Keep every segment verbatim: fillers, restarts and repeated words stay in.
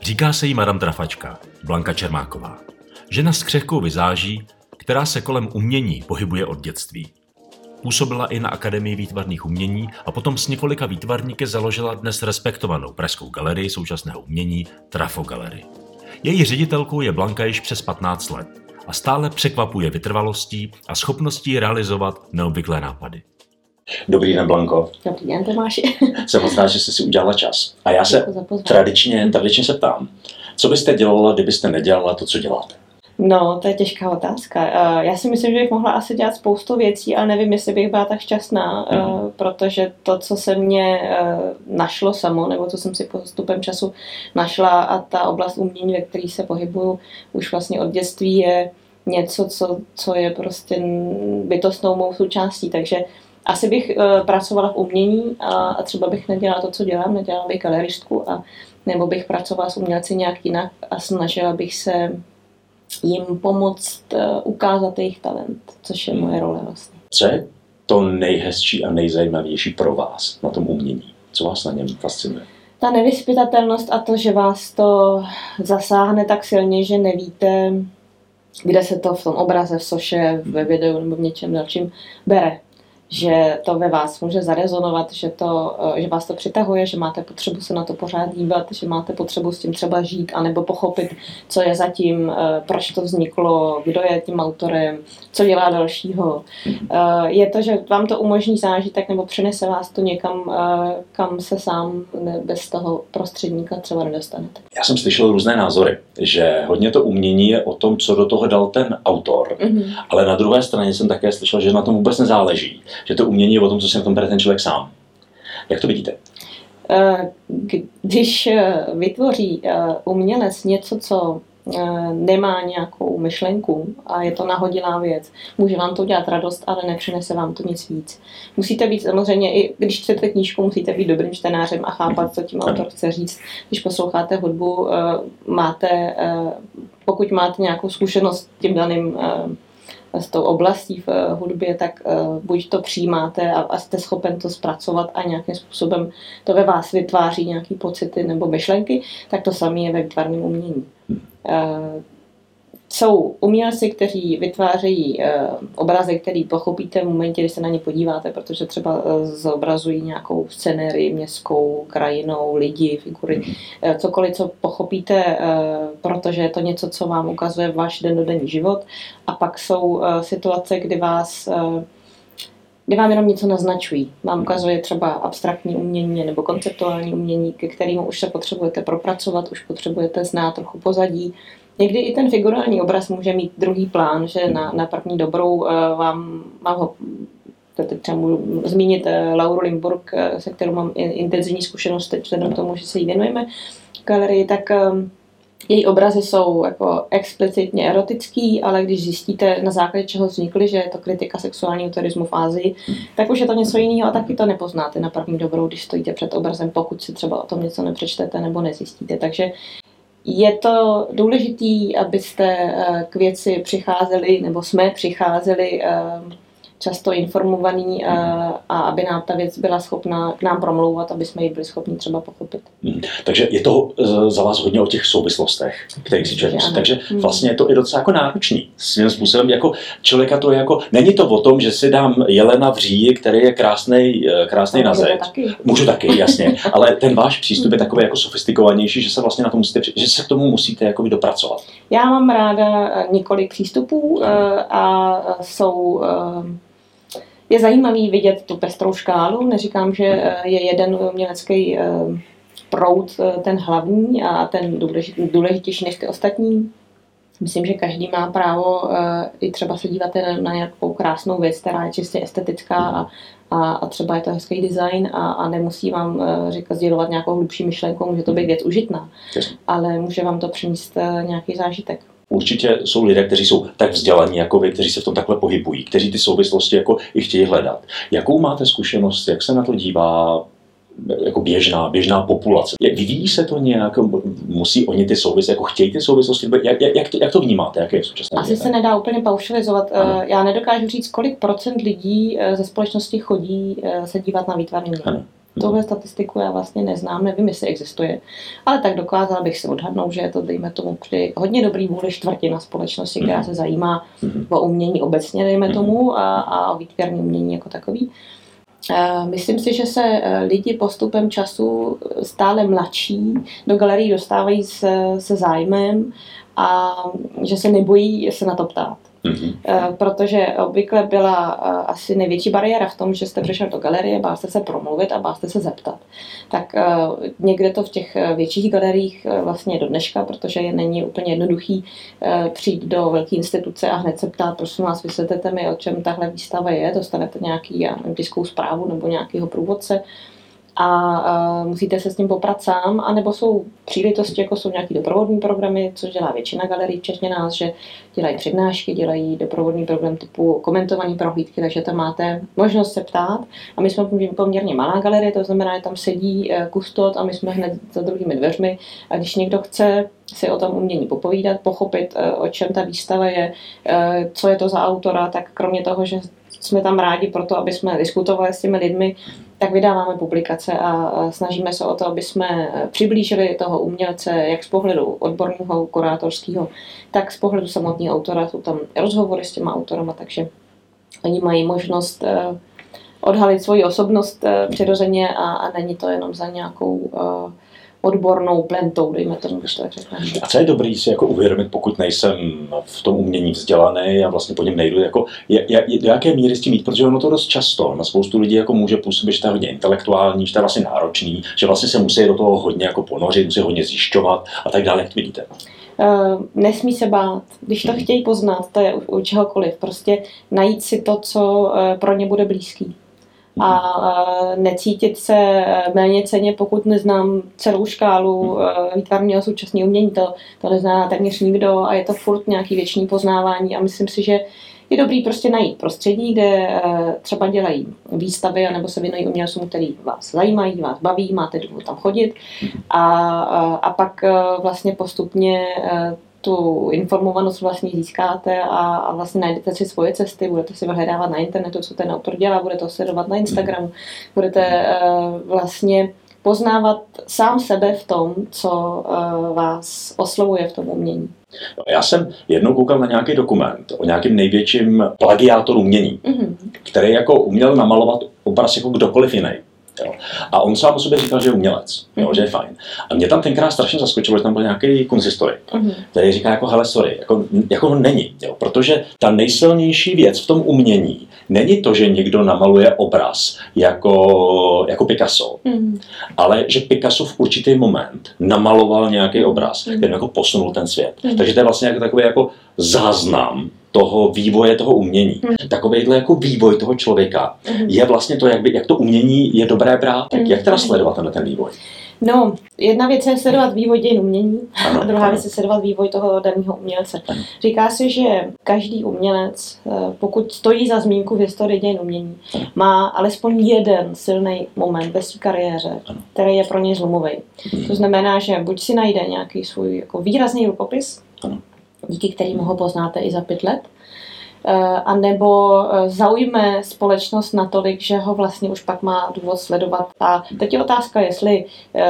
Říká se jí Madame Trafačka, Blanka Čermáková. Žena s křehkou vizáží, která se kolem umění pohybuje od dětství. Působila i na Akademii výtvarných umění a potom s několika výtvarníky založila dnes respektovanou pražskou galerii současného umění Trafo Gallery. Její ředitelkou je Blanka již přes patnáct let a stále překvapuje vytrvalostí a schopností realizovat neobvyklé nápady. Dobrý den, Blanko. Dobrý den, Tomáši. Jsem moc rád, že jste si udělala čas. A já se tradičně, tradičně se ptám, co byste dělala, kdybyste nedělala to, co děláte? No, to je těžká otázka. Já si myslím, že bych mohla asi dělat spoustu věcí, ale nevím, jestli bych byla tak šťastná, mm. protože to, co se mě našlo samo, nebo co jsem si postupem času našla a ta oblast umění, ve které se pohybuju už vlastně od dětství, je něco, co, co je prostě bytostnou mou součástí. Takže asi bych uh, pracovala v umění a, a třeba bych nedělala to, co dělám, nedělala bych galeristku, a, nebo bych pracovala s umělci nějak jinak a snažila bych se jim pomoct uh, ukázat jejich talent, což je moje role vlastně. Co je to nejhezčí a nejzajímavější pro vás na tom umění? Co vás na něm fascinuje? Ta nevyzpytatelnost a to, že vás to zasáhne tak silně, že nevíte, kde se to v tom obraze, v soše, ve videu nebo v něčem dalším bere. Že to ve vás může zarezonovat, že, to, že vás to přitahuje, že máte potřebu se na to pořád dívat, že máte potřebu s tím třeba žít, anebo pochopit, co je zatím, proč to vzniklo, kdo je tím autorem, co dělá dalšího. Je to, že vám to umožní zážitek nebo přinese vás to někam, kam se sám bez toho prostředníka třeba nedostanete. Já jsem slyšel různé názory, že hodně to umění je o tom, co do toho dal ten autor, mm-hmm. ale na druhé straně jsem také slyšel, že na tom vůbec nezáleží. Že to umění je o tom, co si na tom bere ten člověk sám. Jak to vidíte? Když vytvoří umělec něco, co nemá nějakou myšlenku a je to nahodilá věc, může vám to udělat radost, ale nepřinese vám to nic víc. Musíte být samozřejmě, i když čtete knížku, musíte být dobrým čtenářem a chápat, co tím autor chce říct. Když posloucháte hudbu, máte, pokud máte nějakou zkušenost s tím daným s tou oblastí v hudbě, tak uh, buď to přijímáte a, a jste schopen to zpracovat a nějakým způsobem to ve vás vytváří nějaký pocity nebo myšlenky, tak to samé je ve výtvarném umění. Uh, jsou umělci, kteří vytvářejí uh, obrazy, který pochopíte v momentě, kdy se na ně podíváte, protože třeba uh, zobrazují nějakou scenérii městskou, krajinou, lidi, figury, uh, cokoliv, co pochopíte, uh, protože je to něco, co vám ukazuje váš dennodenní život. A pak jsou uh, situace, kdy vás uh, kdy vám jenom něco naznačují. Vám ukazuje třeba abstraktní umění nebo konceptuální umění, ke kterému už se potřebujete propracovat, už potřebujete znát trochu pozadí. Někdy i ten figurální obraz může mít druhý plán, že na, na první dobrou uh, vám, mám ho, teď třeba můžu zmínit uh, Lauru Limburg, uh, se kterou mám intenzivní zkušenost teď vzhledem k tomu, že se jí věnujeme v galerii, tak um, její obrazy jsou jako explicitně erotický, ale když zjistíte, na základě čeho vznikly, že je to kritika sexuálního turismu v Asii, tak už je to něco jiného a taky to nepoznáte na první dobrou, když stojíte před obrazem, pokud si třeba o tom něco nepřečtete nebo nezjistíte. Takže je to důležité, abyste k věci přicházeli, nebo jsme přicházeli často informovaní a aby nám ta věc byla schopná k nám promlouvat, aby jsme ji byli schopni třeba pochopit. Hmm. Takže je to za vás hodně o těch souvislostech, kterých si člověk musí. Takže vlastně je to i docela jako náročný. Svým způsobem jako člověka to je jako, není to o tom, že si dám jelena v říji, který je krásnej, krásnej na zeď. Taky. Můžu taky, jasně. Ale ten váš přístup je takový jako sofistikovanější, že se vlastně na to musíte, že se k tomu musíte jako dopracovat. Já mám ráda několik přístupů a jsou je zajímavý vidět tu pestrou škálu. Neříkám, že je jeden umělecký proud ten hlavní a ten důležitější než ty ostatní. Myslím, že každý má právo i třeba se dívat na nějakou krásnou věc, která je čistě estetická a, a, a třeba je to hezký design a, a nemusí vám říkat, sdělovat nějakou hlubší myšlenku, může to být věc užitná, ale může vám to přinést nějaký zážitek. Určitě jsou lidé, kteří jsou tak vzdělaní jako vy, kteří se v tom takhle pohybují, kteří ty souvislosti jako i chtějí hledat. Jakou máte zkušenost, jak se na to dívá jako běžná, běžná populace? Jak vyvíjí se to nějak? Musí oni ty souvislosti, jako chtějí ty souvislosti? Jak, jak, jak, to, jak to vnímáte? Jak je v současné Asi se nedá úplně paušalizovat. Ano. Já nedokážu říct, kolik procent lidí ze společnosti chodí se dívat na výtvarný umění. Tohle statistiku já vlastně neznám, nevím, jestli existuje, ale tak dokázala bych si odhadnout, že je to, dejme tomu, při hodně dobrý vůli čtvrtina společnosti, která se zajímá o umění obecně, dejme tomu, a, a o výtvarné umění jako takový. Myslím si, že se lidi postupem času stále mladší do galerií dostávají se, se zájmem a že se nebojí se na to ptát. Mm-hmm. Protože obvykle byla asi největší bariéra v tom, že jste přišel do galerie, bál jste se promluvit a bál jste se zeptat. Tak někde to v těch větších galeriích vlastně do dneška, protože je není úplně jednoduchý přijít do velké instituce a hned se ptát, prosím vás, vysvětlete mi, o čem tahle výstava je, dostanete nějaký, já nevím, tiskovou zprávu nebo nějakého průvodce a uh, musíte se s ním poprat sám, anebo jsou příležitosti, jako jsou nějaký doprovodní programy, což dělá většina galerií, včetně nás, že dělají přednášky, dělají doprovodný program typu komentované prohlídky, takže tam máte možnost se ptát. A my jsme poměrně malá galerie, to znamená, že tam sedí uh, kustot a my jsme hned za druhými dveřmi. A když někdo chce si o tom umění popovídat, pochopit, uh, o čem ta výstava je, uh, co je to za autora, tak kromě toho, že jsme tam rádi proto, aby jsme diskutovali s těmi lidmi, tak vydáváme publikace a snažíme se o to, aby jsme přiblížili toho umělce jak z pohledu odborného, kurátorského, tak z pohledu samotného autora. Jsou tam rozhovory s těma autorama, takže oni mají možnost odhalit svoji osobnost přirozeně a, a není to jenom za nějakou odbornou plentou, dejme tomu, když to tak řekneme. A co je dobrý si jako uvědomit, pokud nejsem v tom umění vzdělaný a vlastně po něm nejdu, jako je, je, do jaké míry s tím mít, protože ono to dost často na spoustu lidí jako může působit, že to je hodně intelektuální, že to je vlastně náročný, že vlastně se musí do toho hodně jako ponořit, musí hodně zjišťovat a tak dále, jak to vidíte. Uh, nesmí se bát, když to chtějí poznat, to je u, u čehokoliv, prostě najít si to, co uh, pro ně bude blízký. A necítit se méněcenně, pokud neznám celou škálu výtvarného současného umění. To, to nezná téměř nikdo a je to furt nějaký věčný poznávání a myslím si, že je dobrý prostě najít prostředí, kde třeba dělají výstavy anebo se věnují umělcům, který vás zajímají, vás baví, máte důvod tam chodit a, a pak vlastně postupně tu informovanost vlastně získáte a, a vlastně najdete si svoje cesty, budete si vyhledávat na internetu, co ten autor dělá, budete to sledovat na Instagramu, budete uh, vlastně poznávat sám sebe v tom, co uh, vás oslovuje v tom umění. Já jsem jednou koukal na nějaký dokument o nějakém největším plagiátoru umění, mm-hmm. který jako uměl namalovat obraz jako kdokoliv jiný. Jo. A on sám o sobě říkal, že je umělec, jo, že je fajn. A mě tam tenkrát strašně zaskočilo, že tam byl nějaký kunsthistorik, uh-huh. který říká jako, hele, sorry, jako, jako ho není, jo, protože ta nejsilnější věc v tom umění není to, že někdo namaluje obraz jako, jako Picasso, uh-huh. ale že Picasso v určitý moment namaloval nějaký obraz, uh-huh. který jako posunul ten svět. Uh-huh. Takže to je vlastně jako takový jako záznam toho vývoje toho umění. Mm. Takovejhle jako vývoj toho člověka mm. je vlastně to, jak, by, jak to umění je dobré brát. Mm. Jak teda sledovat tenhle ten vývoj? No, jedna věc je sledovat vývoj dějin umění ano, a druhá ano. věc je sledovat vývoj toho daného umělce. Ano. Říká se, že každý umělec, pokud stojí za zmínku v historii dějin umění, ano. má alespoň jeden silný moment ve své kariéře, ano. který je pro něj zlomový. Hmm. To znamená, že buď si najde nějaký svůj jako výrazný rukopis, ano. díky kterému ho poznáte i za pět let, a nebo zaujme společnost natolik, že ho vlastně už pak má důvod sledovat. A teď je otázka, jestli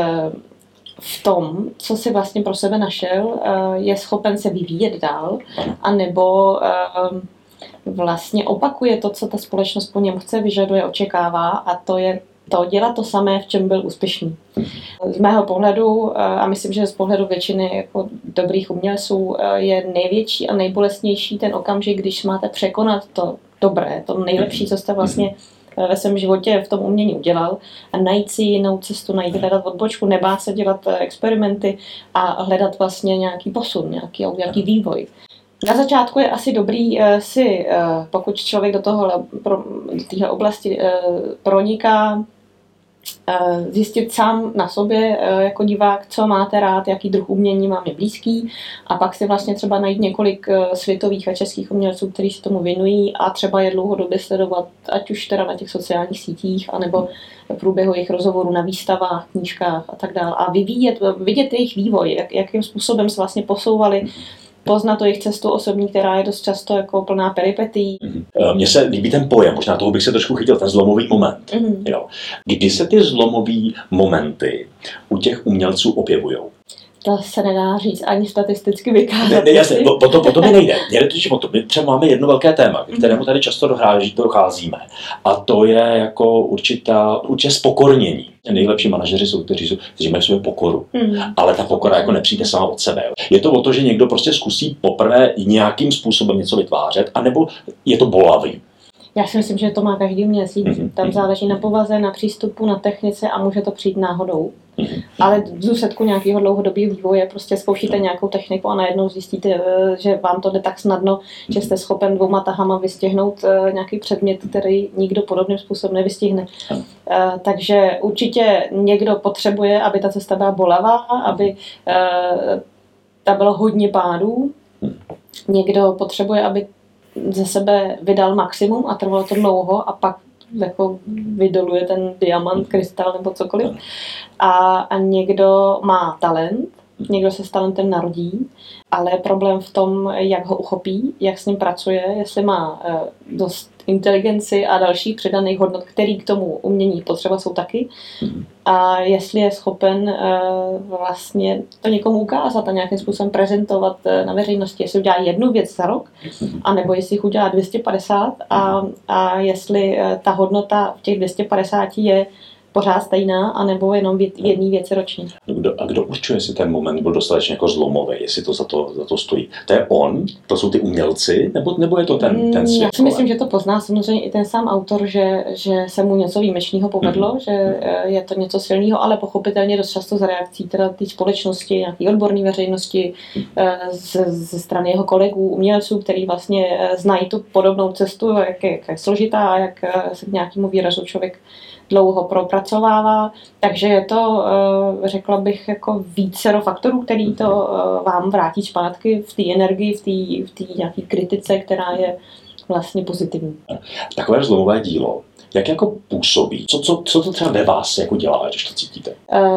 v tom, co si vlastně pro sebe našel, je schopen se vyvíjet dál, anebo vlastně opakuje to, co ta společnost po něm chce, vyžaduje, očekává, a to je to dělat to samé, v čem byl úspěšný. Z mého pohledu, a myslím, že z pohledu většiny jako dobrých umělců, je největší a nejbolestnější ten okamžik, když máte překonat to dobré, to nejlepší, co jste vlastně ve svém životě v tom umění udělal, a najít si jinou cestu, najít, hledat odbočku, nebát se dělat experimenty a hledat vlastně nějaký posun, nějaký, nějaký vývoj. Na začátku je asi dobrý si, pokud člověk do toho, do téhle oblasti proniká, zjistit sám na sobě jako divák, co máte rád, jaký druh umění vám je blízký, a pak si vlastně třeba najít několik světových a českých umělců, kteří se tomu věnují, a třeba je dlouhodobě sledovat, ať už teda na těch sociálních sítích, anebo v průběhu jejich rozhovorů na výstavách, knížkách a tak dále. A vyvíjet, vidět jejich vývoj, jak, jakým způsobem se vlastně posouvali poznat tu jejich cestu osobní, která je dost často jako plná peripetí. Mm-hmm. Mně se líbí ten pojem, možná toho bych se trošku chytil, ten zlomový moment. Mm-hmm. Jo. Kdy se ty zlomový momenty u těch umělců objevujou? To se nedá říct, ani statisticky vykázat. Ne, ne, jasně, po, to, po to mi nejde. Jde totiž o to. My třeba máme jedno velké téma, k kterému tady často dochází, docházíme. A to je jako určitá, určitě spokornění. Nejlepší manažeři jsou, kteří, jsou, kteří mají svou pokoru. Mm. Ale ta pokora jako nepřijde sama od sebe. Je to o to, že někdo prostě zkusí poprvé nějakým způsobem něco vytvářet, anebo je to bolavý. Já si myslím, že to má každý měsíc. Mm-hmm. Tam záleží na povaze, na přístupu, na technice a může to přijít náhodou. Mm-hmm. Ale v důsledku nějakého dlouhodobého vývoje prostě zkoušíte nějakou techniku a najednou zjistíte, že vám to jde tak snadno, že jste schopen dvouma tahama vystihnout nějaký předmět, který nikdo podobným způsobem nevystihne. Mm. Takže určitě někdo potřebuje, aby ta cesta byla bolavá, aby tam bylo hodně pádů. Mm. Někdo potřebuje, aby ze sebe vydal maximum a trvalo to dlouho a pak jako vydoluje ten diamant, krystal nebo cokoliv. A, a někdo má talent, někdo se s talentem narodí, ale je problém v tom, jak ho uchopí, jak s ním pracuje, jestli má uh, dost inteligenci a dalších přidaných hodnot, který k tomu umění potřeba jsou taky. A jestli je schopen uh, vlastně to někomu ukázat a nějakým způsobem prezentovat uh, na veřejnosti, jestli udělá jednu věc za rok, anebo jestli jich udělá dvě stě padesát a, a jestli uh, ta hodnota v těch dvě stě padesáti je pořád stejná, anebo jenom v jedné věci ročně. Kdo, a kdo určuje, jestli ten moment byl dostatečně jako zlomový, jestli to za to, za to stojí? To je on? To jsou ty umělci? Nebo, nebo je to ten, ten svět? Já si myslím, že to pozná samozřejmě i ten sám autor, že, že se mu něco výjimečného povedlo, mm. že je to něco silného, ale pochopitelně dost často z reakcí teda té společnosti, nějaký odborné veřejnosti, ze, ze strany jeho kolegů, umělců, kteří vlastně znají tu podobnou cestu, jak je, jak je složitá a jak se k nějakému výrazu člověk dlouho propracovává, takže je to, řekla bych, jako vícero faktorů, který to vám vrátí zpátky v té energii, v té v té nějaké kritice, která je vlastně pozitivní. Takové zlomové dílo, jak jako působí? Co, co, co to třeba ve vás jako dělá, když to cítíte?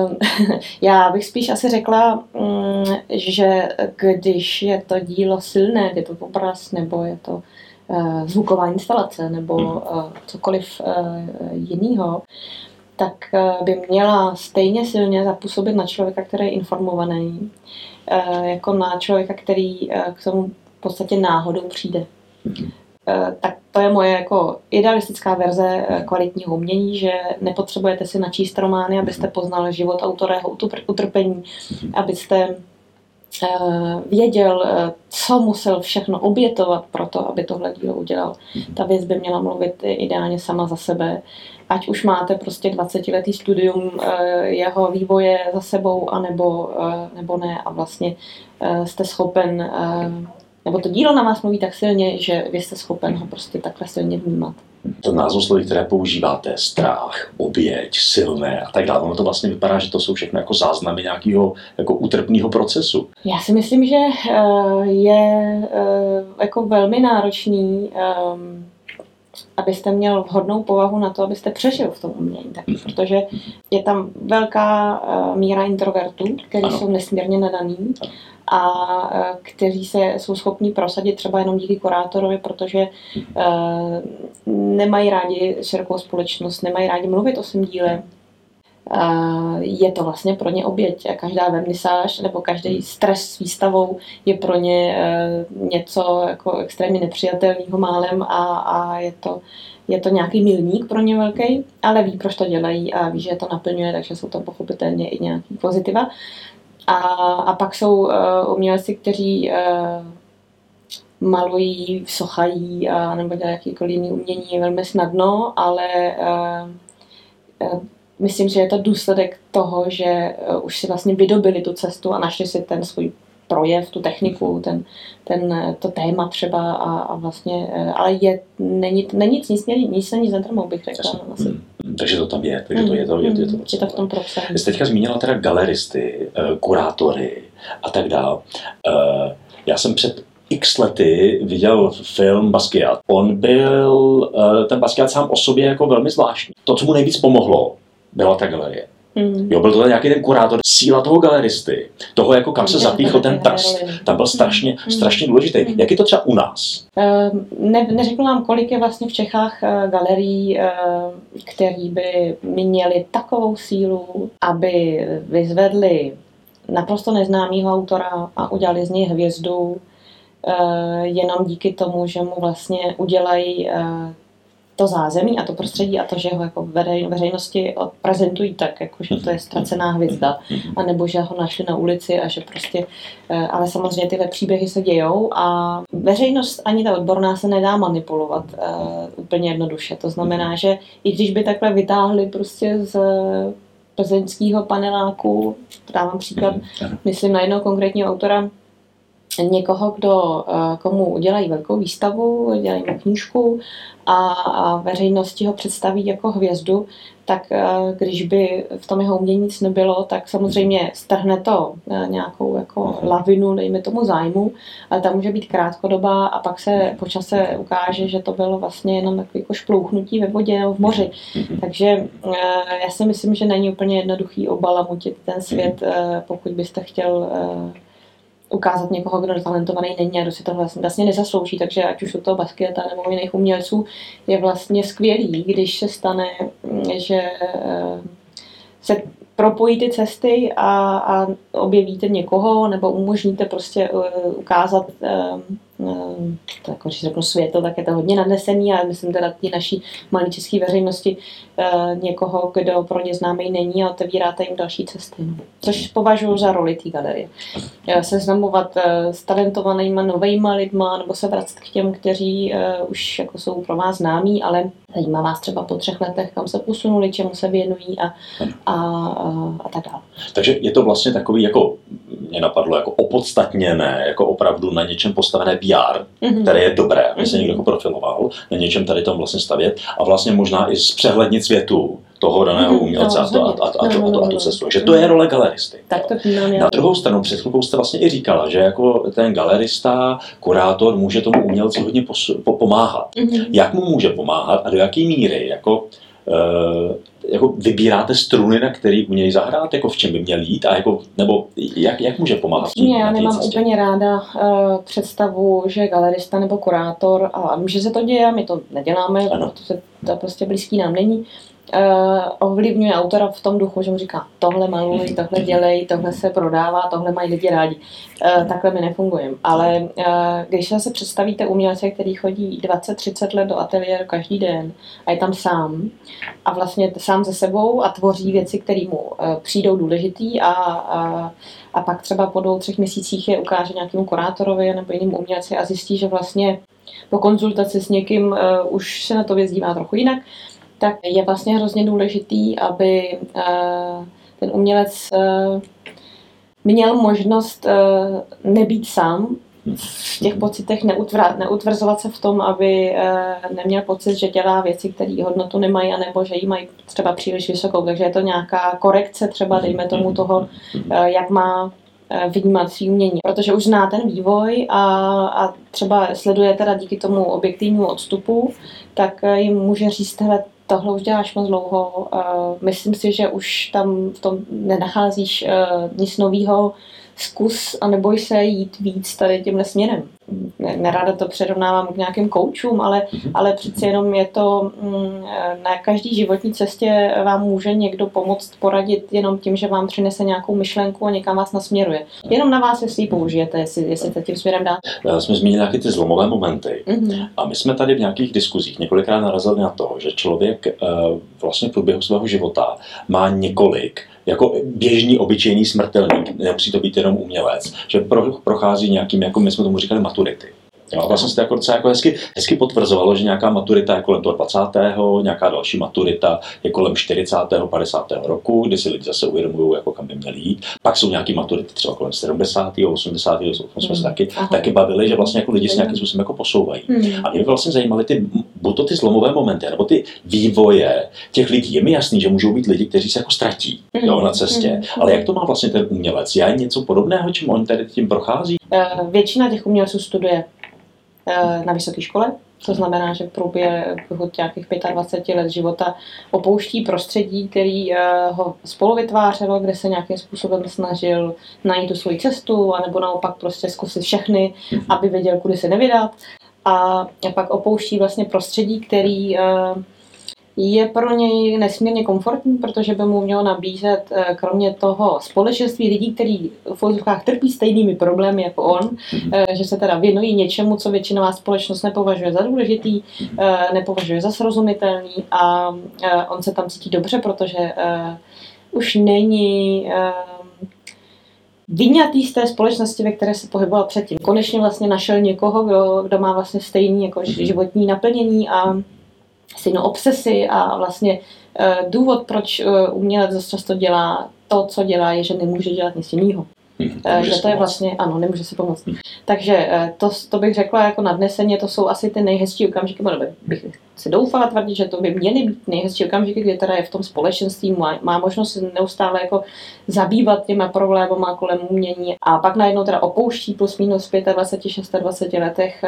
Já bych spíš asi řekla, že když je to dílo silné, je to obraz, nebo je to zvuková instalace nebo uh, cokoliv uh, jiného, tak uh, by měla stejně silně zapůsobit na člověka, který je informovaný, uh, jako na člověka, který uh, k tomu v podstatě náhodou přijde. Uh, tak to je moje jako idealistická verze uh, kvalitního umění, že nepotřebujete si načíst romány, abyste poznali život autora, jeho utrpení, abyste věděl, co musel všechno obětovat pro to, aby tohle dílo udělal. Ta věc by měla mluvit ideálně sama za sebe. Ať už máte prostě dvacetiletý studium jeho vývoje za sebou, anebo, nebo ne a vlastně jste schopen, nebo to dílo na vás mluví tak silně, že vy jste schopen ho prostě takhle silně vnímat. To názvosloví, které používáte, strach, oběť, silné a tak dále, ono to vlastně vypadá, že to jsou všechno jako záznamy nějakého jako útrpného procesu. Já si myslím, že je jako velmi náročný, abyste měl vhodnou povahu na to, abyste přežil v tom umění, taky, protože je tam velká míra introvertů, kteří ano. jsou nesmírně nadaný a kteří se jsou schopni prosadit třeba jenom díky kurátorovi, protože uh, nemají rádi širokou společnost, nemají rádi mluvit o svém díle. Uh, je to vlastně pro ně oběť. Každá vernisáž nebo každý stres s výstavou je pro ně uh, něco jako extrémně nepřijatelného málem a, a je to je to nějaký milník pro ně velký, ale ví, proč to dělají a ví, že to naplňuje, takže jsou to pochopitelně i nějaký pozitiva. A, a pak jsou uh, umělci, kteří uh, malují, sochají a nebo dělají jakýkoliv jiný umění velmi snadno, ale uh, uh, myslím, že je to důsledek toho, že uh, už si vlastně vydobili tu cestu a našli si ten svůj projev, tu techniku, ten, ten, to téma třeba a, a vlastně, uh, ale je, není, není nic, nic, nic, nic zadarmo, bych řekla. Asi. Hmm. Takže to tam je, takže to je to. Je to, je to, je to v tom propsaní. Vy jste teďka zmínila teda galeristy, kurátory a tak dále. Já jsem před x lety viděl film Basquiat. On byl, ten Basquiat sám o sobě jako velmi zvláštní. To, co mu nejvíc pomohlo, byla ta galerie. Hmm. Jo, byl to nějaký ten kurátor, síla toho galeristy, toho, jako kam se zapíchl ten prst, tam byl strašně, hmm. strašně důležitý. Hmm. Jak je to třeba u nás? Ne, neřeknu vám, kolik je vlastně v Čechách galerií, které by měly takovou sílu, aby vyzvedli naprosto neznámého autora a udělali z něj hvězdu, jenom díky tomu, že mu vlastně udělají to zázemí a to prostředí a to, že ho jako veřejnosti prezentují tak, jako, že to je ztracená hvězda, anebo že ho našli na ulici a že prostě, ale samozřejmě tyhle příběhy se dějou a veřejnost ani ta odborná se nedá manipulovat uh, úplně jednoduše. To znamená, že i když by takhle vytáhli prostě z plzeňského paneláku, dávám příklad, myslím na jednoho konkrétního autora, někoho, kdo, komu udělají velkou výstavu, dělají mu knížku a, a veřejnosti ho představí jako hvězdu, tak když by v tom jeho umění nic nebylo, tak samozřejmě strhne to nějakou jako lavinu, dejme tomu zájmu, ale ta může být krátkodobá a pak se po čase ukáže, že to bylo vlastně jenom takové jako šplouchnutí ve vodě nebo v moři. Takže já si myslím, že není úplně jednoduchý obalamutit ten svět, pokud byste chtěl ukázat někoho, kdo talentovaný není a kdo si to vlastně, vlastně nezaslouží. Takže ať už u toho Basquiata nebo jiných umělců je vlastně skvělý, když se stane, že se propojí ty cesty a, a objevíte někoho nebo umožníte prostě ukázat to jako, když řeknu světlo, tak je to hodně nadnesený a myslím teda ty naší malé české veřejnosti někoho, kdo pro ně známý není a otevíráte jim další cesty. No. Což považuji za roli té galerie. Seznamovat s talentovanýma novejma lidma nebo se vracet k těm, kteří už jako jsou pro vás známí, ale zajímá vás třeba po třech letech, kam se posunuli, čemu se věnují a, a, a, a tak dále. Takže je to vlastně takový, jako mě napadlo, jako opodstatněné, jako opravdu na něčem postavené P R, mm-hmm. které je dobré, aby se někdo profiloval, na něčem tady tom vlastně stavět a vlastně možná i zpřehlednit světu toho daného umělce a, to, a, a, a, a, a tu cestu. Takže to je role galeristy. Tak to na druhou stranu, před chvilkou jste vlastně i říkala, že jako ten galerista, kurátor může tomu umělci hodně posu, po, pomáhat. Mm-hmm. Jak mu může pomáhat a do jaké míry? Jako, Uh, jako vybíráte struny, na který umějí zahrát, jako v čem by měl jít a jako, nebo jak, jak může pomáhat? Tím, já nemám cestě? úplně ráda uh, představu, že galerista nebo kurátor, a že se to děje, a my to neděláme, ano. protože to prostě blízký nám není, Uh, ovlivňuje autora v tom duchu, že mu říká, tohle maluj, tohle dělej, tohle se prodává, tohle mají lidi rádi. Uh, takhle my nefungujeme. Ale uh, když se představíte umělce, který chodí dvacet třicet let do ateliéru každý den a je tam sám a vlastně sám se sebou a tvoří věci, které mu uh, přijdou důležitý a, a, a pak třeba po dvou, třech měsících je ukáže nějakému kurátorovi nebo jinému umělci a zjistí, že vlastně po konzultaci s někým uh, už se na to věc dívá trochu jinak, tak je vlastně hrozně důležitý, aby uh, ten umělec uh, měl možnost uh, nebýt sám v těch pocitech, neutvra, neutvrzovat se v tom, aby uh, neměl pocit, že dělá věci, které hodnotu nemají, anebo že jí mají třeba příliš vysokou. Takže je to nějaká korekce třeba, dejme tomu toho, uh, jak má vnímat svý umění, protože už zná ten vývoj a, a třeba sleduje teda díky tomu objektivnímu odstupu, tak jim může říct, hele, tohle už děláš moc dlouho, uh, myslím si, že už tam v tom nenacházíš uh, nic novýho, zkus a neboj se jít víc tady tímhle směrem. Nerada to přirovnávám k nějakým koučům, ale, ale přeci jenom je to mm, na každý životní cestě vám může někdo pomoct, poradit jenom tím, že vám přinese nějakou myšlenku a někam vás nasměruje. Jenom na vás, jestli ji použijete, jestli, jestli to tím směrem dáte. Já jsme zmínili nějaké ty zlomové momenty mm-hmm. a my jsme tady v nějakých diskuzích několikrát narazili na to, že člověk uh, vlastně v průběhu svého života má několik jako běžný, obyčejný smrtelník, nemusí to být jenom umělec, že pro, prochází nějakým, jako my jsme tomu říkali, maturity. Jo, vlastně se to jako docela jako hezky, hezky potvrzovalo, že nějaká maturita je kolem toho dvacátého nějaká další maturita je kolem čtyřicátého padesátého roku, kdy si lidi zase uvědomují, jako kam by měli jít. Pak jsou nějaké maturity třeba kolem sedmdesátého osmdesátého jsme se taky, taky bavili, že vlastně jako lidi se nějakým způsobem jako posouvají. Hmm. A mě vlastně zajímaly ty, buď to ty zlomové momenty, nebo ty vývoje těch lidí. Je mi jasný, že můžou být lidi, kteří se jako ztratí hmm. jo, na cestě, hmm. ale jak to má vlastně ten umělec? Je něco podobného, čím on tady tím prochází? Většina těch umělců studuje na vysoké škole, To znamená, že v průběhu nějakých dvacet pět let života opouští prostředí, který ho spolu vytvářelo, kde se nějakým způsobem snažil najít tu svoji cestu, anebo naopak prostě zkusit všechny, aby věděl, kudy se nevydat. A pak opouští vlastně prostředí, který je pro něj nesmírně komfortní, protože by mu mělo nabízet kromě toho společenství lidí, kteří v úzkách trpí stejnými problémy jako on, že se teda věnují něčemu, co většinová společnost nepovažuje za důležitý, nepovažuje za srozumitelný a on se tam cítí dobře, protože už není vyňatý z té společnosti, ve které se pohyboval předtím. Konečně vlastně našel někoho, kdo, kdo má vlastně stejný jako životní naplnění a stejnou obsesi a vlastně důvod, proč umělec dost často dělá to, co dělá, je, že nemůže dělat nic jiného. Hmm, že to je vlastně, ano, nemůže si pomoct. Hmm. Takže to, to bych řekla jako nadneseně, to jsou asi ty nejhezčí okamžiky, nebo bych si doufala tvrdit, že to by měly být nejhezčí okamžiky, kdy teda je v tom společenství, má, má možnost se neustále jako zabývat těma problémama kolem umění a pak najednou teda opouští plus minus dvacet pět, dvacet šest letech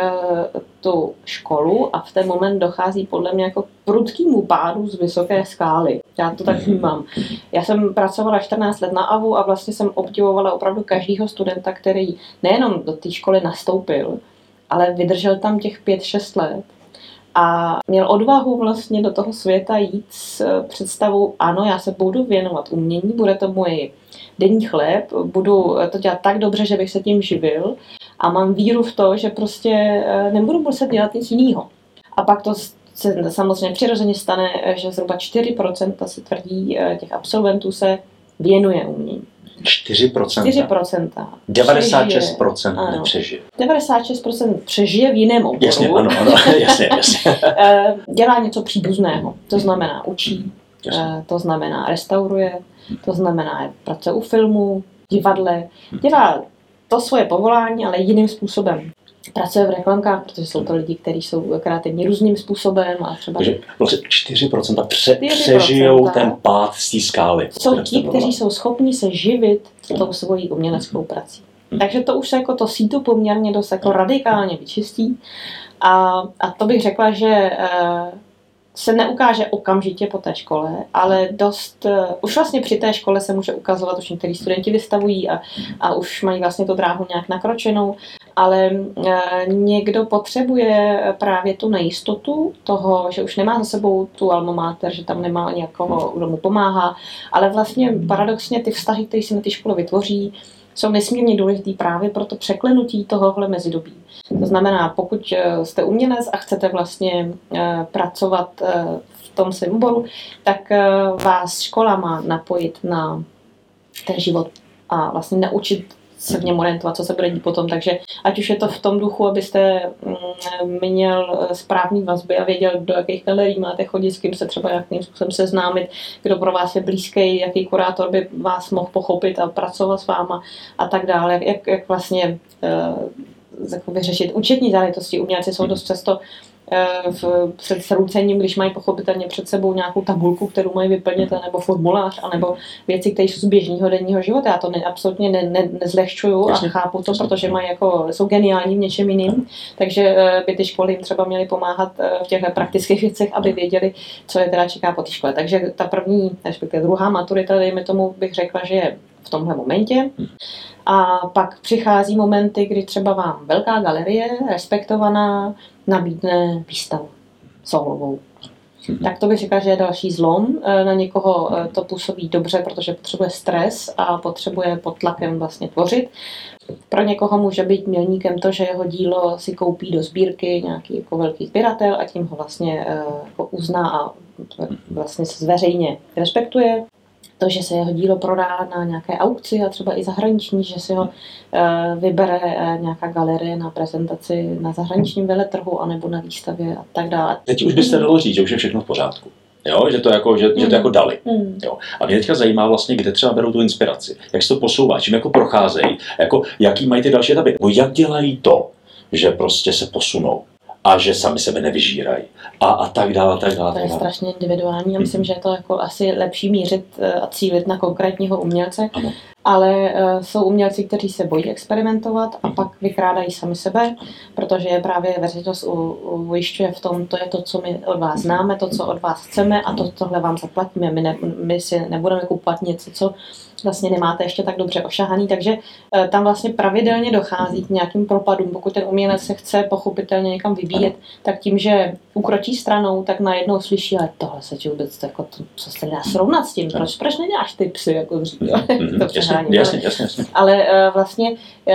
tu školu a v ten moment dochází podle mě jako k prudkému pádu z vysoké skály. Já to tak vnímám. Já jsem pracovala čtrnáct let na A V U a vlastně jsem obdivovala opravdu každého studenta, který nejenom do té školy nastoupil, ale vydržel tam těch pět šest let a měl odvahu vlastně do toho světa jít s představou, ano, já se budu věnovat umění, bude to můj denní chléb, budu to dělat tak dobře, že bych se tím živil a mám víru v to, že prostě nebudu muset dělat nic jiného. A pak to se samozřejmě přirozeně stane, že zhruba čtyři procenta se tvrdí těch absolventů se věnuje umění. čtyři procenta. čtyři procenta. devadesát šest procent nepřežije. devadesát šest procent přežije v jiném oboru. Jasně, ano, ano, jasně, jasně. Dělá něco příbuzného. To znamená učí, jasně. To znamená restauruje, to znamená pracuje u filmu, divadle. Dělá to svoje povolání, ale jiným způsobem. Pracuje v reklamkách, protože jsou to lidi, kteří jsou kreativní různým způsobem. A třeba... Takže vlastně čtyři procenta pře- přežijou ten pád z té skály. Jsou ti, kteří jsou schopni se živit tou svojí uměleckou prací. Hmm. Takže to už se jako to sítu poměrně dost jako radikálně vyčistí. A, a to bych řekla, že e, se neukáže okamžitě po té škole, ale dost, e, už vlastně při té škole se může ukazovat, už některý studenti vystavují a, a už mají vlastně tu dráhu nějak nakročenou. Ale e, někdo potřebuje právě tu nejistotu toho, že už nemá za sebou tu alma mater, že tam nemá někoho, kdo mu pomáhá, ale vlastně paradoxně ty vztahy, které si na té škole vytvoří, jsou nesmírně důležitý právě pro to překlenutí tohohle mezidobí. To znamená, pokud jste umělec a chcete vlastně e, pracovat e, v tom svém oboru, tak e, vás škola má napojit na ten život a vlastně naučit se v něm orientovat, co se bude dít potom. Takže ať už je to v tom duchu, abyste měl správný vazby a věděl, do jakých galerií máte chodit, s kým se třeba jakým způsobem seznámit, kdo pro vás je blízký, jaký kurátor by vás mohl pochopit a pracovat s váma a tak dále. Jak, jak vlastně uh, vyřešit účetní záležitosti. Umělci jsou dost často v, před sroucením, když mají pochopitelně před sebou nějakou tabulku, kterou mají vyplnit, nebo formulář, anebo věci, které jsou z běžného denního života. Já to ne, absolutně ne, ne, nezlehčuju a chápu to, protože mají jako, jsou geniální v něčem jiným. Takže by ty školy jim třeba měly pomáhat v těch praktických věcech, aby věděli, co je teda čeká po té škole. Takže ta první, respektive druhá maturita, dejme tomu, bych řekla, že je v tomhle momentě. A pak přichází momenty, kdy třeba vám velká galerie, respektovaná, nabídne výstavu solovou. Mm-hmm. Tak to bych řekla, že je další zlom. Na někoho to působí dobře, protože potřebuje stres a potřebuje pod tlakem vlastně tvořit. Pro někoho může být milníkem to, že jeho dílo si koupí do sbírky nějaký jako velký sběratel a tím ho vlastně jako uzná a vlastně se zveřejně respektuje. To, že se jeho dílo prodá na nějaké aukci a třeba i zahraniční, že si ho e, vybere e, nějaká galerie na prezentaci na zahraničním veletrhu anebo na výstavě a tak dále. Teď už byste dalo říct, že už je všechno v pořádku. Jo, že to jako, že, mm. že to jako dali. Mm. Jo. A mě teďka zajímá vlastně, kde třeba berou tu inspiraci. Jak se to posouvá, čím jako procházejí, jako, jaký mají ty další etapy. Nebo jak dělají to, že prostě se posunou a že sami sebe nevyžírají a, a tak dále, a tak dále. To je strašně individuální. Já myslím, že je to jako asi lepší mířit a cílit na konkrétního umělce. Ano. Ale uh, jsou umělci, kteří se bojí experimentovat a pak vykrádají sami sebe, protože je právě veřejnost ujišťuje v tom, to je to, co my od vás známe, to, co od vás chceme a to, tohle vám zaplatíme. My, ne, my si nebudeme kupovat něco, co vlastně nemáte ještě tak dobře ošahaný, takže uh, tam vlastně pravidelně dochází k nějakým propadům. Pokud ten umělec se chce pochopitelně někam vyvíjet, tak tím, že ukročí stranou, tak najednou slyší, ale tohle se ti vůbec, jako to, co se dá srovnat s tím, proč, proč neděláš ty psy, jako dřív, to přehání. Jasně, jasně, jasně. Ale uh, vlastně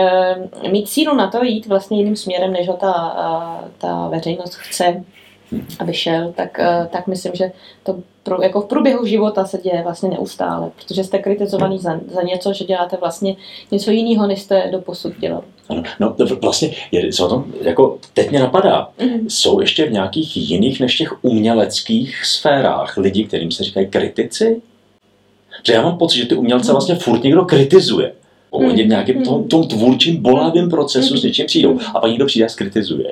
uh, mít sílu na to jít vlastně jiným směrem, než ho ta, uh, ta veřejnost chce, aby šel, tak, uh, tak myslím, že to pro, jako v průběhu života se děje vlastně neustále, protože jste kritizovaný za, za něco, že děláte vlastně něco jiného, než jste doposud dělali. Ano, no vlastně, je, co tom, jako teď mě napadá, mm-hmm. jsou ještě v nějakých jiných než těch uměleckých sférách lidi, kterým se říkají kritici? Protože já mám pocit, že ty umělce vlastně furt někdo kritizuje. Oni v nějakém tom, tom tvůrčím bolavém procesu s něčím přijdou a pak někdo přijde a skritizuje.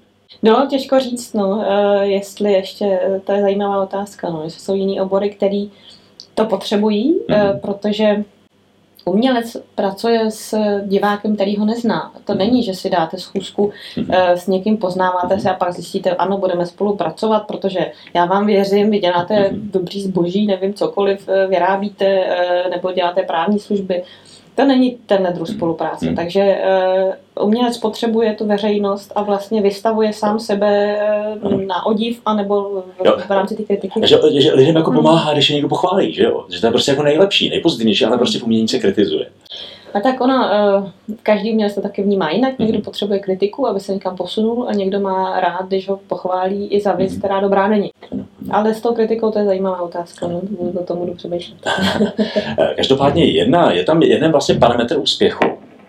No, těžko říct, no, jestli ještě, to je zajímavá otázka, no, jestli jsou jiný obory, který to potřebují, mm. protože umělec pracuje s divákem, který ho nezná. To není, že si dáte schůzku mm. s někým, poznáváte se a pak zjistíte, ano, budeme spolupracovat, protože já vám věřím, vy děláte mm. dobrý zboží, nevím, cokoliv vyrábíte, nebo děláte právní služby. To není tenhle druh spolupráce. Hmm. Takže uh, umělec potřebuje tu veřejnost a vlastně vystavuje sám sebe uh, na odiv, anebo v, v rámci té kritiky. Že, že lidem jako pomáhá, když je někdo pochválí, že jo? Že to je prostě jako nejlepší, nejpozitivnější, ale prostě v umění se kritizuje. A tak ono, uh, každý umělec to taky vnímá jinak. Někdo hmm. potřebuje kritiku, aby se někam posunul a někdo má rád, když ho pochválí i za věc, hmm. která dobrá není. Ale s tou kritikou to je zajímavá otázka, no, do tomu budu přemýšlet. Každopádně jedna, je tam jeden vlastně parametr úspěchu,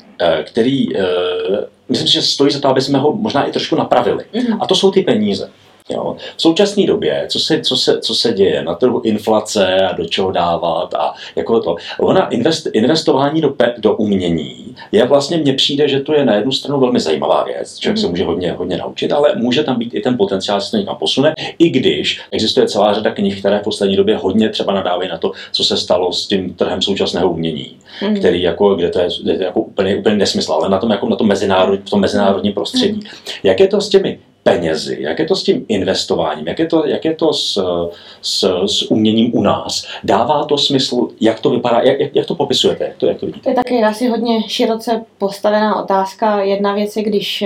který, myslím si, že stojí za to, aby jsme ho možná i trošku napravili. Mm-hmm. A to jsou ty peníze. Jo. V současné době, co se, co, se, co se děje na trhu inflace a do čeho dávat a jako to. Ona invest, investování do, pe, do umění je vlastně, mně přijde, že to je na jednu stranu velmi zajímavá věc, člověk mm. se může hodně, hodně naučit, ale může tam být i ten potenciál, že se to někam posune, i když existuje celá řada knih, které v poslední době hodně třeba nadávají na to, co se stalo s tím trhem současného umění, mm. který jako, kde to je, kde to je jako úplně, úplně nesmysl, ale na tom, jako na tom mezinárodní, v tom mezinárodním prostředí. Mm. Jak je to s těmi penězi, jak je to s tím investováním, jak je to, jak je to s, s, s uměním u nás? Dává to smysl, jak to vypadá, jak, jak to popisujete, jak to, jak to vidíte? To je taky asi hodně široce postavená otázka. Jedna věc je, když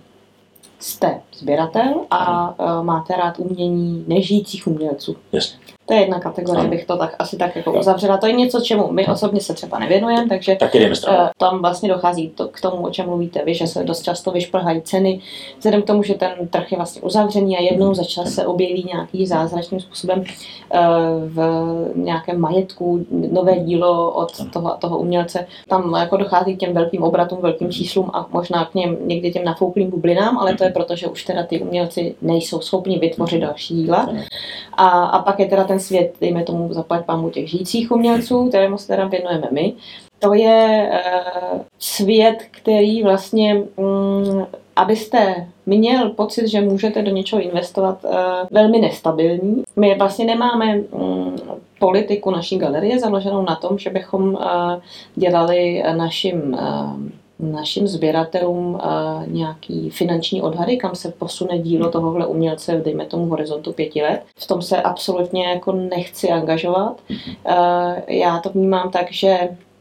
jste sběratel a ano. máte rád umění nežijících umělců. Jasně. To je jedna kategorie, bych to tak asi tak jako uzavřela. To je něco, čemu my osobně se třeba nevěnujeme, takže tam vlastně dochází to, k tomu, o čem mluvíte vy, že se dost často vyšplhají ceny. Vzhledem k tomu, že ten trh je vlastně uzavřený a jednou za čas se objeví nějaký zázračným způsobem v nějakém majetku nové dílo od toho, toho umělce. Tam jako dochází k těm velkým obratům, velkým číslům a možná k něm někdy těm nafouklým bublinám, ale to je proto, že už teda ty umělci nejsou schopni vytvořit další díla. A, a pak je teda ten svět, dejme tomu zaplať pámu těch žijících umělců, kterému se teda věnujeme my. To je uh, svět, který vlastně, um, abyste měl pocit, že můžete do něčeho investovat, uh, velmi nestabilní. My vlastně nemáme um, politiku naší galerie založenou na tom, že bychom uh, dělali našim uh, našim sběratelům uh, nějaký finanční odhady, kam se posune dílo tohohle umělce, dejme tomu horizontu pěti let. V tom se absolutně jako nechci angažovat. Uh, já to vnímám tak, že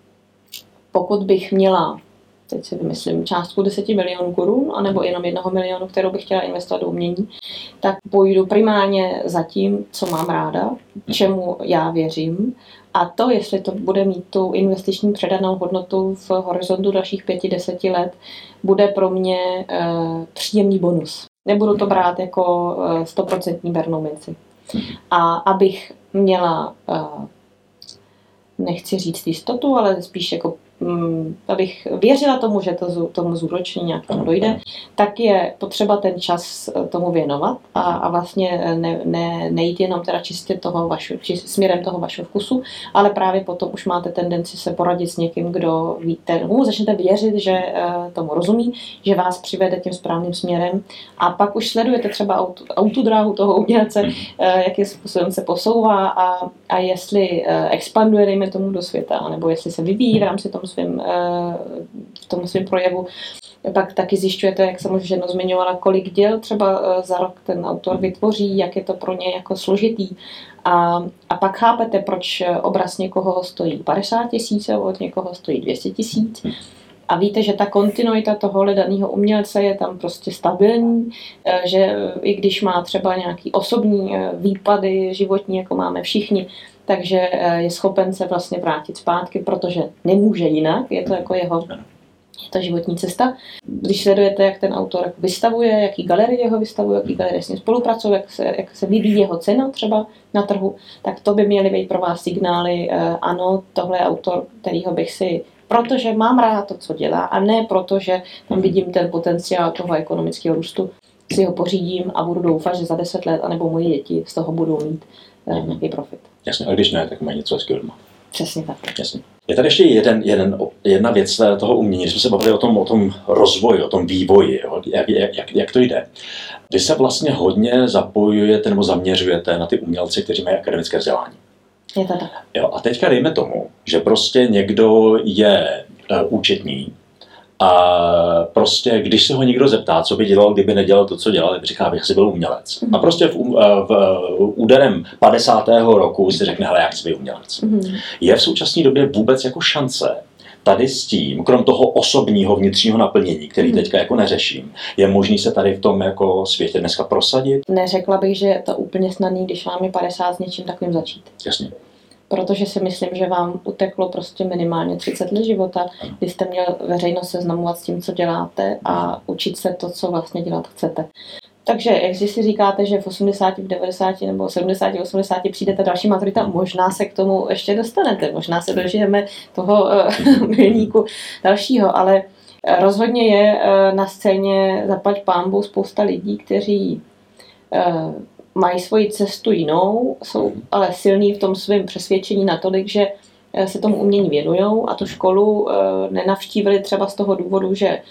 pokud bych měla, teď si vymyslím, částku deseti milionů korun, anebo jenom jednoho milionu, kterou bych chtěla investovat do umění, tak půjdu primárně za tím, co mám ráda, čemu já věřím. A to, jestli to bude mít tu investiční předanou hodnotu v horizontu dalších pěti, deseti let, bude pro mě e, příjemný bonus. Nebudu to brát jako stoprocentní bernou minci. A abych měla, e, nechci říct jistotu, ale spíš jako abych věřila tomu, že to, tomu zúročení nějakému dojde, tak je potřeba ten čas tomu věnovat a, a vlastně ne, ne, nejít jenom teda čistě toho vašeho, či směrem toho vašeho vkusu, ale právě potom už máte tendenci se poradit s někým, kdo víte, mu začnete věřit, že tomu rozumí, že vás přivede tím správným směrem a pak už sledujete třeba auto, autodráhu toho umělce, jakým způsobem se posouvá a, a jestli expanduje, dejme tomu, do světa, nebo jestli se vyvíjí v rámci tom svým, v tom svým projevu. Pak taky zjišťujete, jak jsem už jedno zmiňovala, kolik děl třeba za rok ten autor vytvoří, jak je to pro ně jako složitý. A, a pak chápete, proč obraz někoho stojí padesát tisíc a od někoho stojí dvě stě tisíc. A víte, že ta kontinuita toho daného umělce je tam prostě stabilní, že i když má třeba nějaký osobní výpady životní, jako máme všichni, takže je schopen se vlastně vrátit zpátky, protože nemůže jinak, je to jako jeho je to životní cesta. Když sledujete, jak ten autor vystavuje, jaký galerie ho vystavuje, jaký galerie s ním spolupracují, jak se, jak se vyvíjí jeho cena třeba na trhu, tak to by měly být pro vás signály, ano, tohle je autor, kterýho bych si, protože mám rád to, co dělá, a ne proto, že tam vidím ten potenciál toho ekonomického růstu, si ho pořídím a budu doufat, že za deset let, anebo moje děti z toho budou mít mm. nějaký profit. Jasně, a když ne, tak mají něco hezkého doma. Přesně tak. Jasně. Je tady ještě jeden, jeden, jedna věc toho umění, když jsme se bavili o tom, o tom rozvoji, o tom vývoji, jo? Jak, jak, jak to jde. Vy se vlastně hodně zapojujete nebo zaměřujete na ty umělce, kteří mají akademické vzdělání. Je to tak. Jo, a teďka dejme tomu, že prostě někdo je uh, účetní a prostě, když se ho někdo zeptá, co by dělal, kdyby nedělal to, co dělal, tak říká, abych asi byl umělec. Mm. A prostě v, v, v úderem padesátého roku si řekne, hele, já chci být umělec. Mm. Je v současné době vůbec jako šance tady s tím, krom toho osobního vnitřního naplnění, který mm. teďka jako neřeším, je možný se tady v tom jako světě dneska prosadit? Neřekla bych, že je to úplně snadný, když vám je padesát, s něčím takovým začít. Jasně. Protože si myslím, že vám uteklo prostě minimálně třicet let života, kdy jste měl veřejnost seznamovat s tím, co děláte a učit se to, co vlastně dělat chcete. Takže, jak si říkáte, že v osmdesáti, v devadesáti nebo sedmdesáti, osmdesáti přijdete další maturita, možná se k tomu ještě dostanete, možná se dožijeme toho uh, milníku dalšího, ale rozhodně je uh, na scéně zaplať pánbou spousta lidí, kteří uh, mají svoji cestu jinou, jsou ale silní v tom svém přesvědčení natolik, že se tomu umění věnujou a tu školu nenavštívili třeba z toho důvodu, že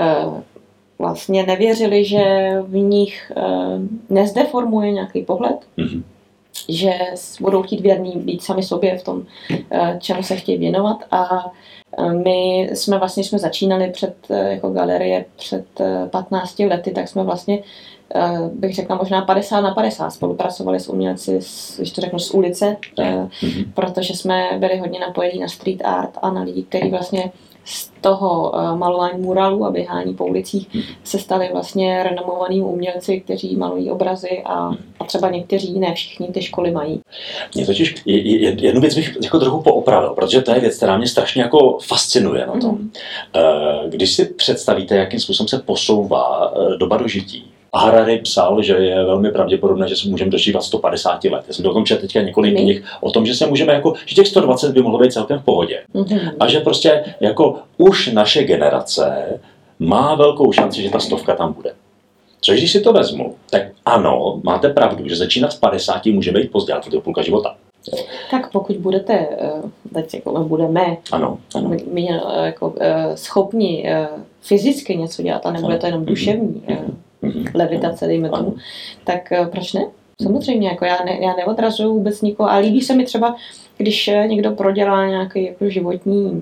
vlastně nevěřili, že v nich nezdeformuje nějaký pohled, mm-hmm. že budou chtít věrní být sami sobě v tom, čemu se chtějí věnovat. A my jsme vlastně jsme začínali před, jako galerie před patnácti lety, tak jsme vlastně bych řekla možná padesát na padesát spolupracovali s umělci, když to řeknu, z ulice, mm-hmm. protože jsme byli hodně napojení na street art a na lidi, kteří vlastně z toho malování muralů a běhání po ulicích se stali vlastně renomovanými umělci, kteří malují obrazy a, a třeba někteří, ne všichni, ty školy mají. Mě totiž jednu věc bych jako trochu poopravil, protože to je věc, která mě strašně jako fascinuje na tom. Mm. Když si představíte, jakým způsobem se posouvá doba dožití, Harari psal, že je velmi pravděpodobné, že se můžeme dožívat sto padesát let. Já jsem o tom četl teďka několik mm. knih o tom, že se můžeme jako, že těch sto dvacet by mohlo být celkem v pohodě. Mm. A že prostě jako už naše generace má velkou šanci, že ta stovka tam bude. Což když si to vezmu, tak ano, máte pravdu, že začínat v padesáti může být pozdě, ale to je půlka života. Tak pokud budete, teď jako budeme ano, ano. My, my, jako, schopni fyzicky něco dělat a nebude to jenom duševní mm-hmm. levitace, dejme tomu, tak proč ne? Samozřejmě, jako já, ne, já neodrazuju vůbec nikoho, ale líbí se mi třeba, když někdo prodělá nějaký jako životní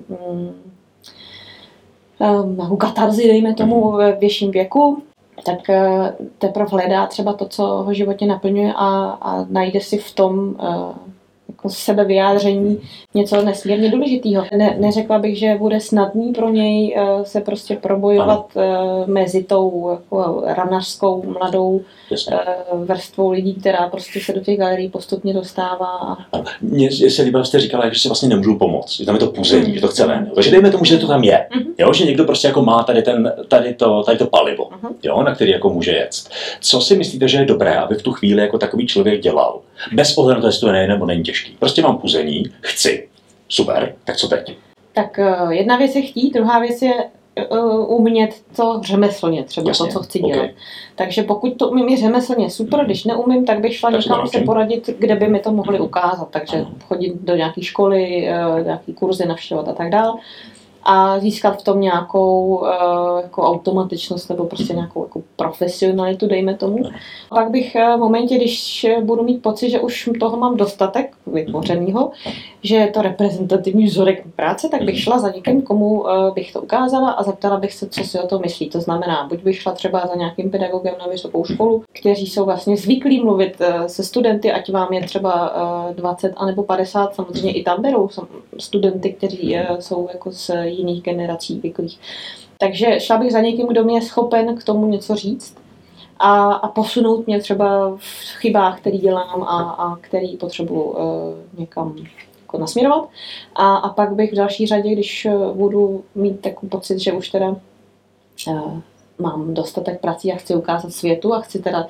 um, katarzi, dejme tomu, ve větším věku, tak teprve hledá třeba to, co ho životně naplňuje a, a najde si v tom uh, jako sebevyjádření něco nesmírně důležitého. Ne, neřekla bych, že bude snadný pro něj uh, se prostě probojovat uh, mezi tou jako, ranařskou mladou uh, vrstvou lidí, která prostě se do těch galerií postupně dostává. Mně se líbilo, jste říkala, že si vlastně nemůžu pomoct, že tam je to puzení, mm. že to chce ven. Takže dejme tomu, že to tam je. Mm. Jo, že někdo prostě jako má tady, ten, tady, to, tady to palivo, mm. jo, na který jako může jet. Co si myslíte, že je dobré, aby v tu chvíli jako takový člověk dělal? Bez ohledu na to, jestli to je nebo není těžký. Prostě mám puzení, chci. Super, tak co teď? Tak jedna věc je chtít, druhá věc je uh, umět to řemeslně, třeba Jasně, to, co chci dělat. okay. Takže pokud to umím i řemeslně, super, když neumím, tak bych šla Tak někam se poradit, kde by mi to mohli ukázat. Takže ano. chodit do nějaké školy, uh, nějaký kurzy navštěvovat a tak dále. A získat v tom nějakou uh, jako automatičnost nebo prostě nějakou jako profesionalitu, dejme tomu. Pak bych v momentě, když budu mít pocit, že už toho mám dostatek vytvořenýho, že je to reprezentativní vzorek práce, tak bych šla za někým, komu uh, bych to ukázala a zeptala bych se, co si o to myslí. To znamená, buď bych šla třeba za nějakým pedagogem na vysokou školu, kteří jsou vlastně zvyklí mluvit uh, se studenty, ať vám je třeba uh, dvacet anebo padesát, samozřejmě i tam berou studenty, kteří uh, jsou jako z jiných generací zvyklých. Takže šla bych za někým, kdo mi je schopen k tomu něco říct a, a posunout mě třeba v chybách, který dělám a, a který potřebuji uh, někam jako nasměrovat. A, a pak bych v další řadě, když budu mít takový pocit, že už teda uh, mám dostatek prací a chci ukázat světu a chci teda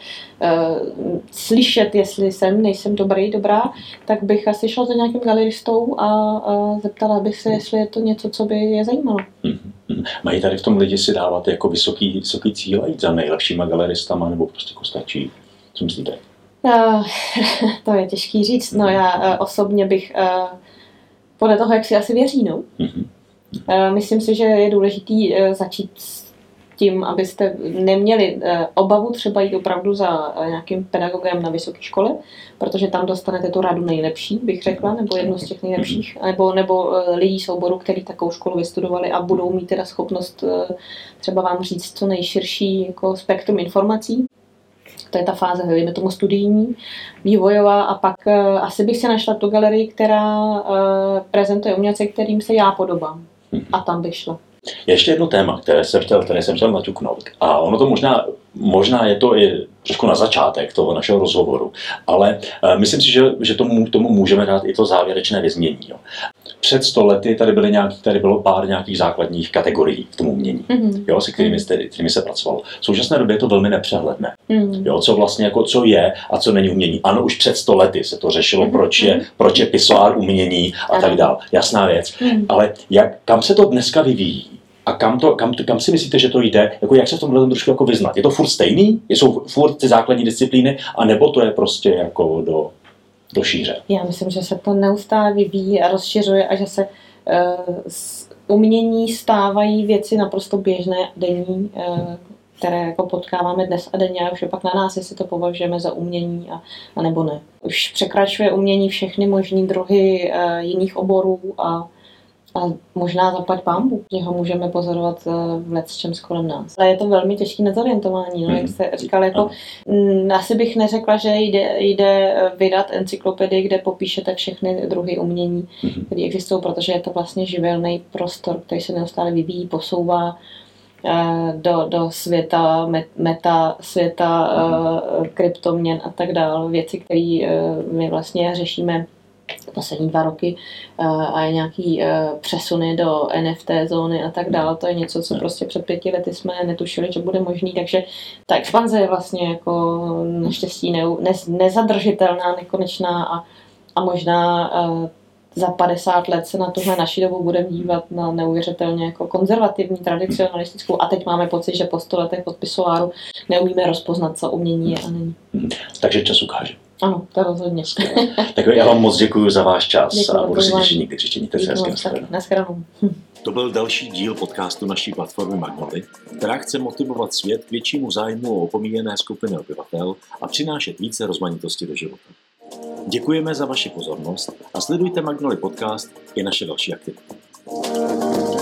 uh, slyšet, jestli jsem, nejsem dobrý, dobrá, tak bych asi šla za nějakým galeristou a, a zeptala bych se, jestli je to něco, co by je zajímalo. Hmm. Mají tady v tom lidi si dávat jako vysoký, vysoký cíle, jít za nejlepšíma galeristama, nebo prostě jako stačí? Co myslíte? Uh, to je těžký říct. No já uh, osobně bych uh, podle toho, jak si asi věří, no. Hmm. Uh, myslím si, že je důležitý uh, začít tím, abyste neměli obavu třeba jít opravdu za nějakým pedagogem na vysoké škole, protože tam dostanete tu radu nejlepší, bych řekla, nebo jednu z těch nejlepších, nebo, nebo lidí z oboru, kteří takovou školu vystudovali a budou mít teda schopnost třeba vám říct co nejširší jako spektrum informací. To je ta fáze, dejme tomu studijní, vývojová, a pak uh, asi bych si našla tu galerii, která uh, prezentuje umělce, kterým se já podobám. A tam bych šla. Ještě jedno téma, které jsem chtěl, které jsem chtěl naťuknout. A ono to možná, možná je to i trošku na začátek toho našeho rozhovoru, ale uh, myslím si, že, že tomu, tomu můžeme dát i to závěrečné vyznění. Jo. Před sto lety tady, byly nějaký, tady bylo pár nějakých základních kategorií v tom umění, mm-hmm. jo, se kterými, kterými se pracovalo. V současné době je to velmi nepřehledné. Mm-hmm. Jo, co vlastně jako co je a co není umění. Ano, už před sto lety se to řešilo, mm-hmm. proč je, proč je pisoár umění a ano. tak dál. Jasná věc. Mm-hmm. Ale jak, kam se to dneska vyvíjí? A kam, to, kam, kam si myslíte, že to jde? Jako jak se v tomhle trošku jako vyznat? Je to furt stejný? Jsou furt ty základní disciplíny? A nebo to je prostě jako do, do šíře? Já myslím, že se to neustále vyvíjí a rozšiřuje a že se uh, z umění stávají věci naprosto běžné denní, uh, které jako potkáváme dnes a denně, a už je pak na nás, jestli to považujeme za umění a, a nebo ne. Už překračuje umění všechny možný druhy uh, jiných oborů a A možná zaplať pánbůh, že ho můžeme pozorovat v lecčem kolem nás. Ale je to velmi těžké na zorientování, no, jak jste říkal, jako, m, asi bych neřekla, že jde, jde vydat encyklopedii, kde popíšete všechny druhy umění, které existují, protože je to vlastně živelný prostor, který se neustále vyvíjí, posouvá eh, do, do světa, met, meta světa, eh, kryptoměn a tak dále, věci, které eh, my vlastně řešíme poslední dva roky a je nějaký přesuny do N F T zóny a tak dále. To je něco, co prostě před pěti lety jsme netušili, že bude možný, takže ta expanze je vlastně jako naštěstí ne, ne, nezadržitelná, nekonečná a, a možná za padesát let se na tuhle naši dobu budeme dívat na neuvěřitelně jako konzervativní, tradicionalistickou a teď máme pocit, že po sto letech od pisoáru neumíme rozpoznat, co umění je a není. Takže čas ukáže. Ano, to rozhodně. Tak já vám moc děkuji za váš čas děkuji, a budu si těšit někdy příště. Mějte se hezky. Naschledanou. To byl další díl podcastu naší platformy Magnoly, která chce motivovat svět k většímu zájmu o opomíjené skupiny obyvatel a přinášet více rozmanitosti do života. Děkujeme za vaši pozornost a sledujte Magnoly podcast i naše další aktivity.